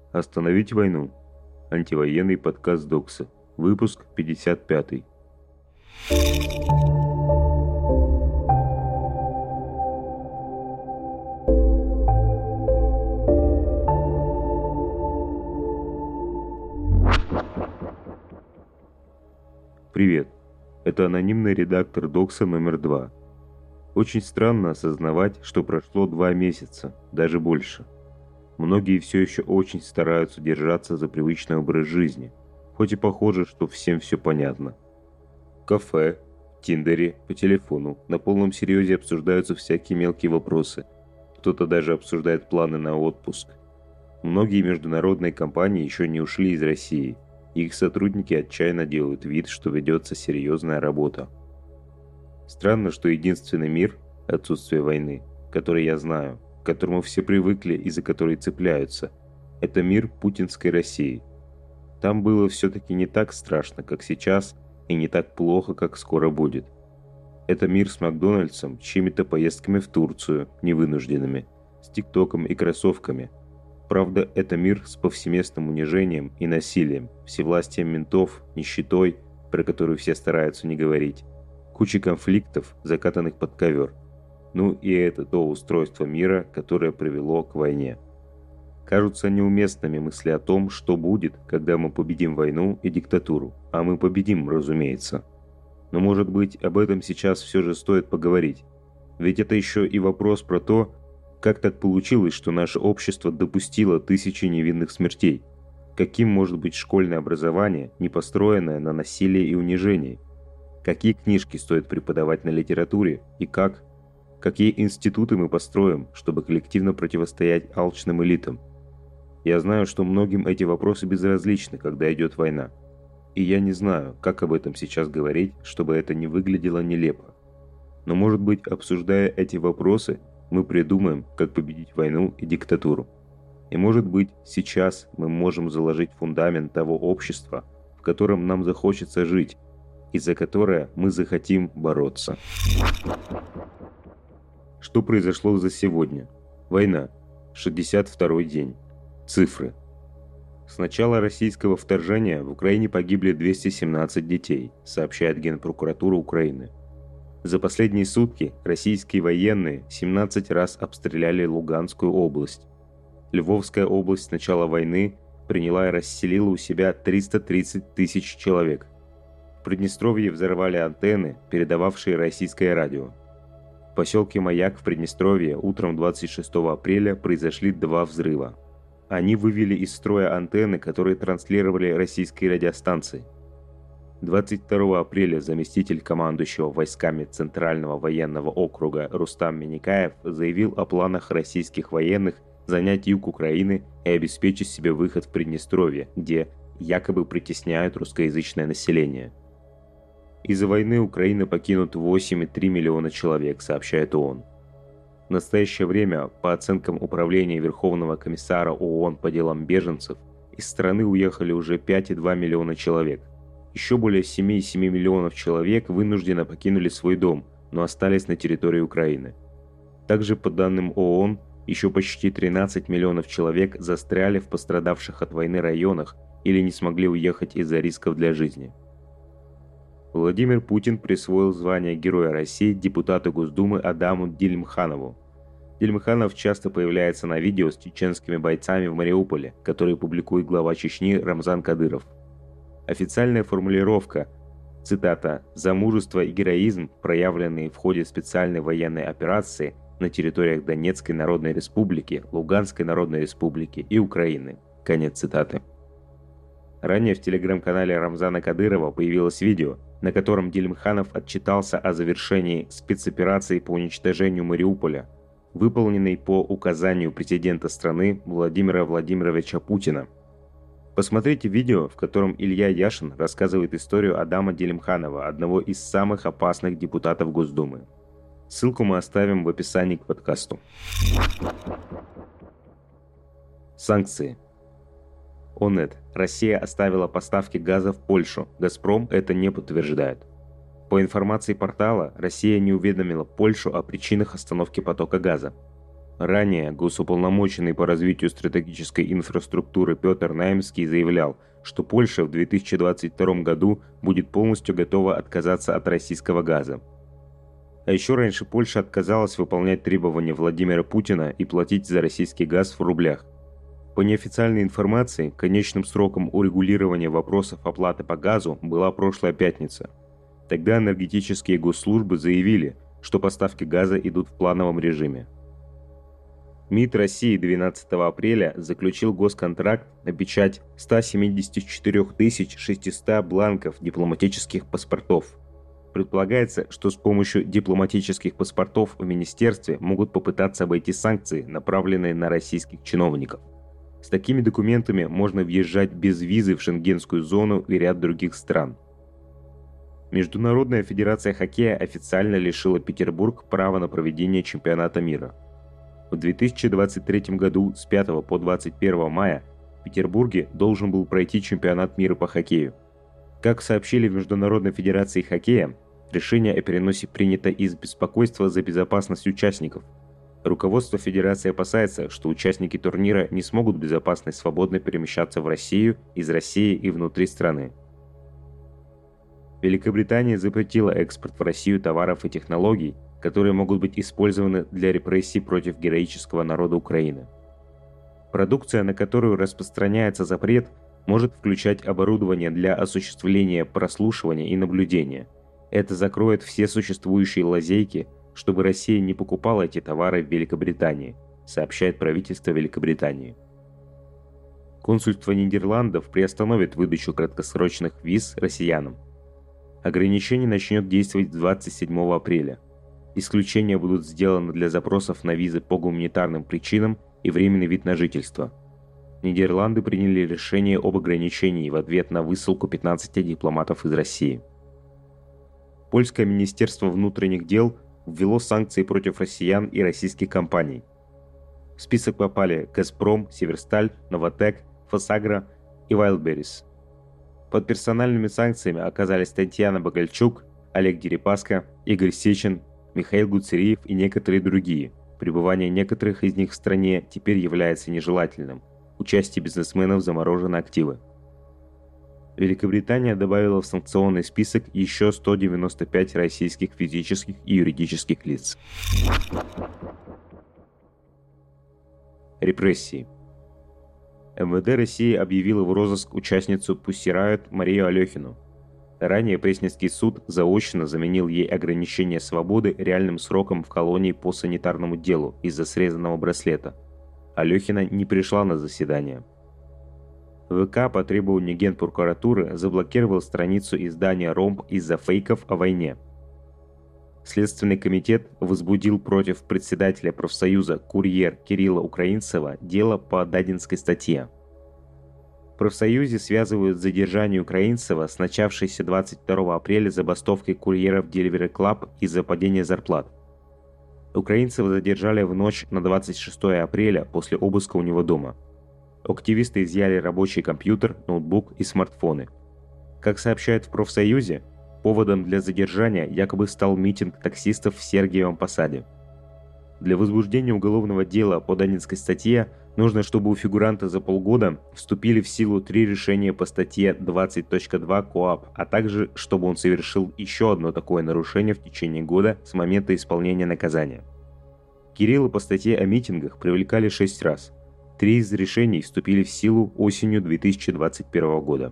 Остановить войну. Антивоенный подкаст Докса. Выпуск 55. Привет. Это анонимный редактор Докса номер 2. Очень странно осознавать, что прошло 2 месяца, даже больше. Многие все еще очень стараются держаться за привычный образ жизни, хоть и похоже, что всем все понятно. В кафе, в Тиндере, по телефону на полном серьезе обсуждаются всякие мелкие вопросы. Кто-то даже обсуждает планы на отпуск. Многие международные компании еще не ушли из России. Их сотрудники отчаянно делают вид, что ведется серьезная работа. Странно, что единственный мир – отсутствие войны, который я знаю, к которому все привыкли и за который цепляются – это мир путинской России. Там было все-таки не так страшно, как сейчас, и не так плохо, как скоро будет. Это мир с Макдональдсом, чьими-то поездками в Турцию, невынужденными, с ТикТоком и кроссовками. Правда, это мир с повсеместным унижением и насилием, всевластием ментов, нищетой, про которую все стараются не говорить, кучей конфликтов, закатанных под ковер. Ну и это то устройство мира, которое привело к войне. Кажутся неуместными мысли о том, что будет, когда мы победим войну и диктатуру. А мы победим, разумеется. Но может быть, об этом сейчас все же стоит поговорить. Ведь это еще и вопрос про то, как так получилось, что наше общество допустило тысячи невинных смертей. Каким может быть школьное образование, не построенное на насилии и унижении? Какие книжки стоит преподавать на литературе и как? Какие институты мы построим, чтобы коллективно противостоять алчным элитам? Я знаю, что многим эти вопросы безразличны, когда идет война. И я не знаю, как об этом сейчас говорить, чтобы это не выглядело нелепо. Но может быть, обсуждая эти вопросы, мы придумаем, как победить войну и диктатуру. И может быть, сейчас мы можем заложить фундамент того общества, в котором нам захочется жить, и за которое мы захотим бороться. Что произошло за сегодня? Война. 62-й день. Цифры. С начала российского вторжения в Украине погибли 217 детей, сообщает Генпрокуратура Украины. За последние сутки российские военные 17 раз обстреляли Луганскую область. Львовская область с начала войны приняла и расселила у себя 330 тысяч человек. В Приднестровье взорвали антенны, передававшие российское радио. В поселке Маяк в Приднестровье утром 26 апреля произошли 2 взрыва. Они вывели из строя антенны, которые транслировали российские радиостанции. 22 апреля заместитель командующего войсками Центрального военного округа Рустам Миникаев заявил о планах российских военных занять юг Украины и обеспечить себе выход в Приднестровье, где якобы притесняют русскоязычное население. Из-за войны Украина покинут 8,3 миллиона человек, сообщает ООН. В настоящее время, по оценкам Управления Верховного комиссара ООН по делам беженцев, из страны уехали уже 5,2 миллиона человек. Еще более 7,7 миллионов человек вынужденно покинули свой дом, но остались на территории Украины. Также, по данным ООН, еще почти 13 миллионов человек застряли в пострадавших от войны районах или не смогли уехать из-за рисков для жизни. Владимир Путин присвоил звание Героя России депутату Госдумы Адаму Дильмханову. Дильмханов часто появляется на видео с чеченскими бойцами в Мариуполе, которые публикует глава Чечни Рамзан Кадыров. Официальная формулировка, цитата, «за мужество и героизм, проявленные в ходе специальной военной операции на территориях Донецкой Народной Республики, Луганской Народной Республики и Украины». Конец цитаты. Ранее в телеграм-канале Рамзана Кадырова появилось видео, на котором Дильмханов отчитался о завершении спецоперации по уничтожению Мариуполя, выполненной по указанию президента страны Владимира Владимировича Путина. Посмотрите видео, в котором Илья Яшин рассказывает историю Адама Дильмханова, одного из самых опасных депутатов Госдумы. Ссылку мы оставим в описании к подкасту. Санкции. ОНЕТ. Россия оставила поставки газа в Польшу. «Газпром» это не подтверждает. По информации портала, Россия не уведомила Польшу о причинах остановки потока газа. Ранее госуполномоченный по развитию стратегической инфраструктуры Петр Наимский заявлял, что Польша в 2022 году будет полностью готова отказаться от российского газа. А еще раньше Польша отказалась выполнять требования Владимира Путина и платить за российский газ в рублях. По неофициальной информации, конечным сроком урегулирования вопросов оплаты по газу была прошлая пятница. Тогда энергетические госслужбы заявили, что поставки газа идут в плановом режиме. МИД России 12 апреля заключил госконтракт на печать 174 600 бланков дипломатических паспортов. Предполагается, что с помощью дипломатических паспортов в министерстве могут попытаться обойти санкции, направленные на российских чиновников. С такими документами можно въезжать без визы в Шенгенскую зону и ряд других стран. Международная федерация хоккея официально лишила Петербург права на проведение чемпионата мира. В 2023 году с 5 по 21 мая в Петербурге должен был пройти чемпионат мира по хоккею. Как сообщили в Международной федерации хоккея, решение о переносе принято из беспокойства за безопасность участников. Руководство федерации опасается, что участники турнира не смогут безопасно и свободно перемещаться в Россию, из России и внутри страны. Великобритания запретила экспорт в Россию товаров и технологий, которые могут быть использованы для репрессий против героического народа Украины. Продукция, на которую распространяется запрет, может включать оборудование для осуществления прослушивания и наблюдения. Это закроет все существующие лазейки, чтобы Россия не покупала эти товары в Великобритании, сообщает правительство Великобритании. Консульство Нидерландов приостановит выдачу краткосрочных виз россиянам. Ограничение начнет действовать 27 апреля. Исключения будут сделаны для запросов на визы по гуманитарным причинам и временный вид на жительство. Нидерланды приняли решение об ограничении в ответ на высылку 15 дипломатов из России. Польское министерство внутренних дел ввело санкции против россиян и российских компаний. В список попали «Газпром», «Северсталь», «Новатэк», «Фосагро» и «Вайлдберрис». Под персональными санкциями оказались Татьяна Багальчук, Олег Дерипаска, Игорь Сечин, Михаил Гуцериев и некоторые другие. Пребывание некоторых из них в стране теперь является нежелательным. У части бизнесменов заморожены активы. Великобритания добавила в санкционный список еще 195 российских физических и юридических лиц. Репрессии. МВД России объявила в розыск участницу Pussy Riot Марию Алехину. Ранее Пресненский суд заочно заменил ей ограничение свободы реальным сроком в колонии по санитарному делу из-за срезанного браслета. Алехина не пришла на заседание. ВК по требованию Генпрокуратуры заблокировал страницу издания «Ромб» из-за фейков о войне. Следственный комитет возбудил против председателя профсоюза «Курьер» Кирилла Украинцева дело по Дадинской статье. В профсоюзе связывают задержание Украинцева с начавшейся 22 апреля забастовкой курьеров Delivery Club из-за падения зарплат. Украинцева задержали в ночь на 26 апреля после обыска у него дома. Активисты изъяли рабочий компьютер, ноутбук и смартфоны. Как сообщают в профсоюзе, поводом для задержания якобы стал митинг таксистов в Сергиевом Посаде. Для возбуждения уголовного дела по Дадинской статье нужно, чтобы у фигуранта за полгода вступили в силу 3 решения по статье 20.2 КоАП, а также чтобы он совершил еще одно такое нарушение в течение года с момента исполнения наказания. Кирилла по статье о митингах привлекали 6 раз. 3 из решений вступили в силу осенью 2021 года.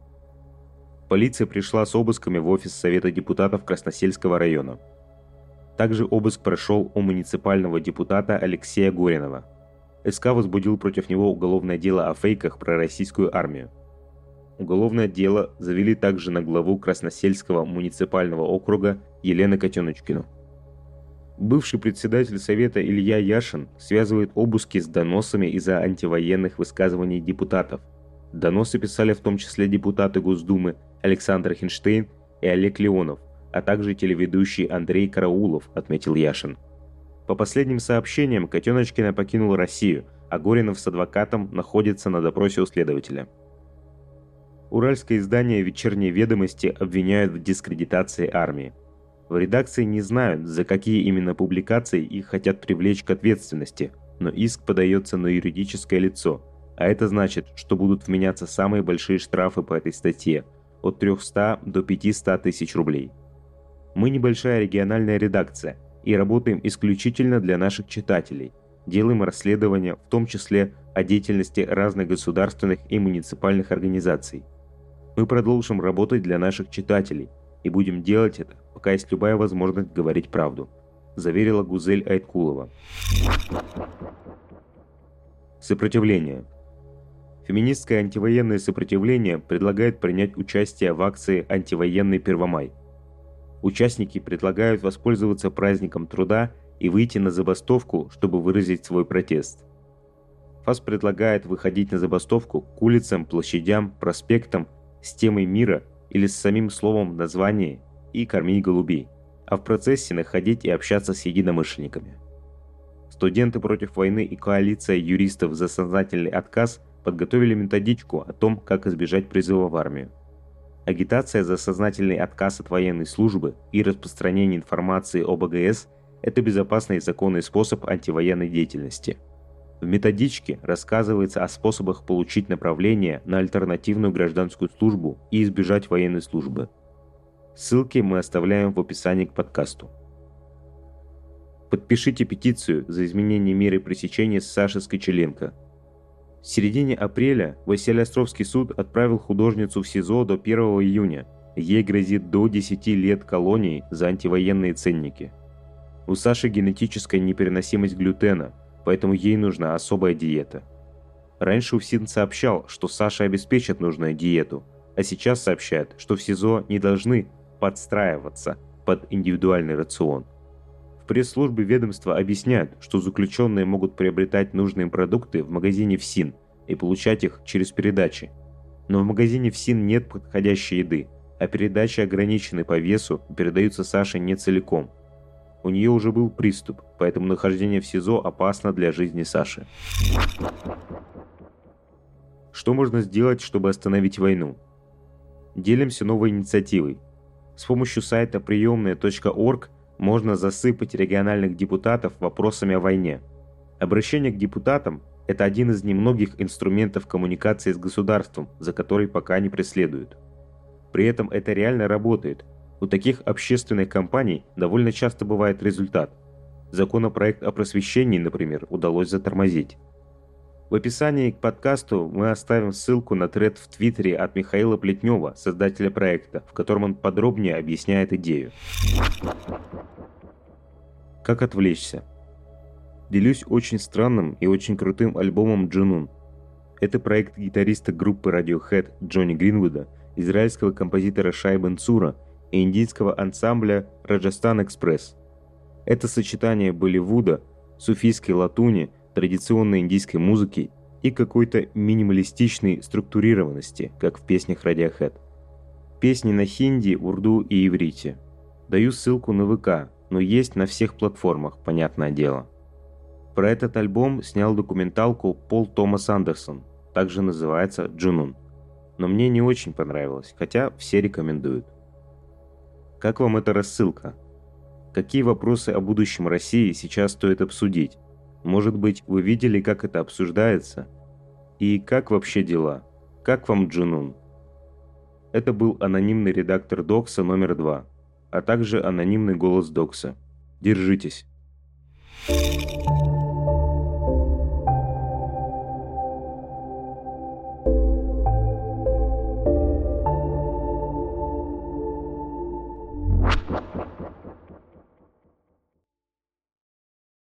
Полиция пришла с обысками в офис Совета депутатов Красносельского района. Также обыск прошел у муниципального депутата Алексея Горинова. СК возбудил против него уголовное дело о фейках про российскую армию. Уголовное дело завели также на главу Красносельского муниципального округа Елену Котеночкину. Бывший председатель Совета Илья Яшин связывает обыски с доносами из-за антивоенных высказываний депутатов. Доносы писали в том числе депутаты Госдумы Александр Хинштейн и Олег Леонов, а также телеведущий Андрей Караулов, отметил Яшин. По последним сообщениям, Котеночкина покинула Россию, а Горинов с адвокатом находится на допросе у следователя. Уральское издание «Вечерние ведомости» обвиняют в дискредитации армии. В редакции не знают, за какие именно публикации их хотят привлечь к ответственности, но иск подается на юридическое лицо, а это значит, что будут вменяться самые большие штрафы по этой статье – от 300 до 500 тысяч рублей. Мы небольшая региональная редакция и работаем исключительно для наших читателей, делаем расследования, в том числе о деятельности разных государственных и муниципальных организаций. Мы продолжим работать для наших читателей и будем делать это, пока есть любая возможность говорить правду, заверила Гузель Айткулова. Сопротивление. Феминистское антивоенное сопротивление предлагает принять участие в акции «Антивоенный Первомай». Участники предлагают воспользоваться праздником труда и выйти на забастовку, чтобы выразить свой протест. ФАС предлагает выходить на забастовку к улицам, площадям, проспектам с темой мира или с самим словом в названии и кормить голубей, а в процессе находить и общаться с единомышленниками. Студенты против войны и коалиция юристов за сознательный отказ подготовили методичку о том, как избежать призыва в армию. Агитация за сознательный отказ от военной службы и распространение информации об АГС – это безопасный и законный способ антивоенной деятельности. В методичке рассказывается о способах получить направление на альтернативную гражданскую службу и избежать военной службы. Ссылки мы оставляем в описании к подкасту. Подпишите петицию за изменение меры пресечения Саши Скочеленко. В середине апреля Василеостровский суд отправил художницу в СИЗО до 1 июня. Ей грозит до 10 лет колонии за антивоенные ценники. У Саши генетическая непереносимость глютена, поэтому ей нужна особая диета. Раньше УФСИН сообщал, что Саше обеспечат нужную диету, а сейчас сообщают, что в СИЗО не должны подстраиваться под индивидуальный рацион. В пресс-службе ведомства объясняют, что заключенные могут приобретать нужные продукты в магазине ФСИН и получать их через передачи. Но в магазине ФСИН нет подходящей еды, а передачи ограничены по весу и передаются Саше не целиком. У нее уже был приступ, поэтому нахождение в СИЗО опасно для жизни Саши. Что можно сделать, чтобы остановить войну? Делимся новой инициативой. С помощью сайта приемная.орг можно засыпать региональных депутатов вопросами о войне. Обращение к депутатам – это один из немногих инструментов коммуникации с государством, за который пока не преследуют. При этом это реально работает. У таких общественных кампаний довольно часто бывает результат. Законопроект о просвещении, например, удалось затормозить. В описании к подкасту мы оставим ссылку на тред в Твиттере от Михаила Плетнева, создателя проекта, в котором он подробнее объясняет идею. Как отвлечься? Делюсь очень странным и очень крутым альбомом Джунун. Это проект гитариста группы Radiohead Джонни Гринвуда, израильского композитора Шай Бен-Цура и индийского ансамбля Раджастан Экспресс. Это сочетание Болливуда, суфийской латуни, традиционной индийской музыки и какой-то минималистичной структурированности, как в песнях Radiohead. Песни на хинди, урду и иврите. Даю ссылку на ВК, но есть на всех платформах, понятное дело. Про этот альбом снял документалку Пол Томас Андерсон, также называется «Джунун». Но мне не очень понравилось, хотя все рекомендуют. Как вам эта рассылка? Какие вопросы о будущем России сейчас стоит обсудить? Может быть, вы видели, как это обсуждается? И как вообще дела? Как вам Джунун? Это был анонимный редактор Докса номер 2, а также анонимный голос Докса. Держитесь.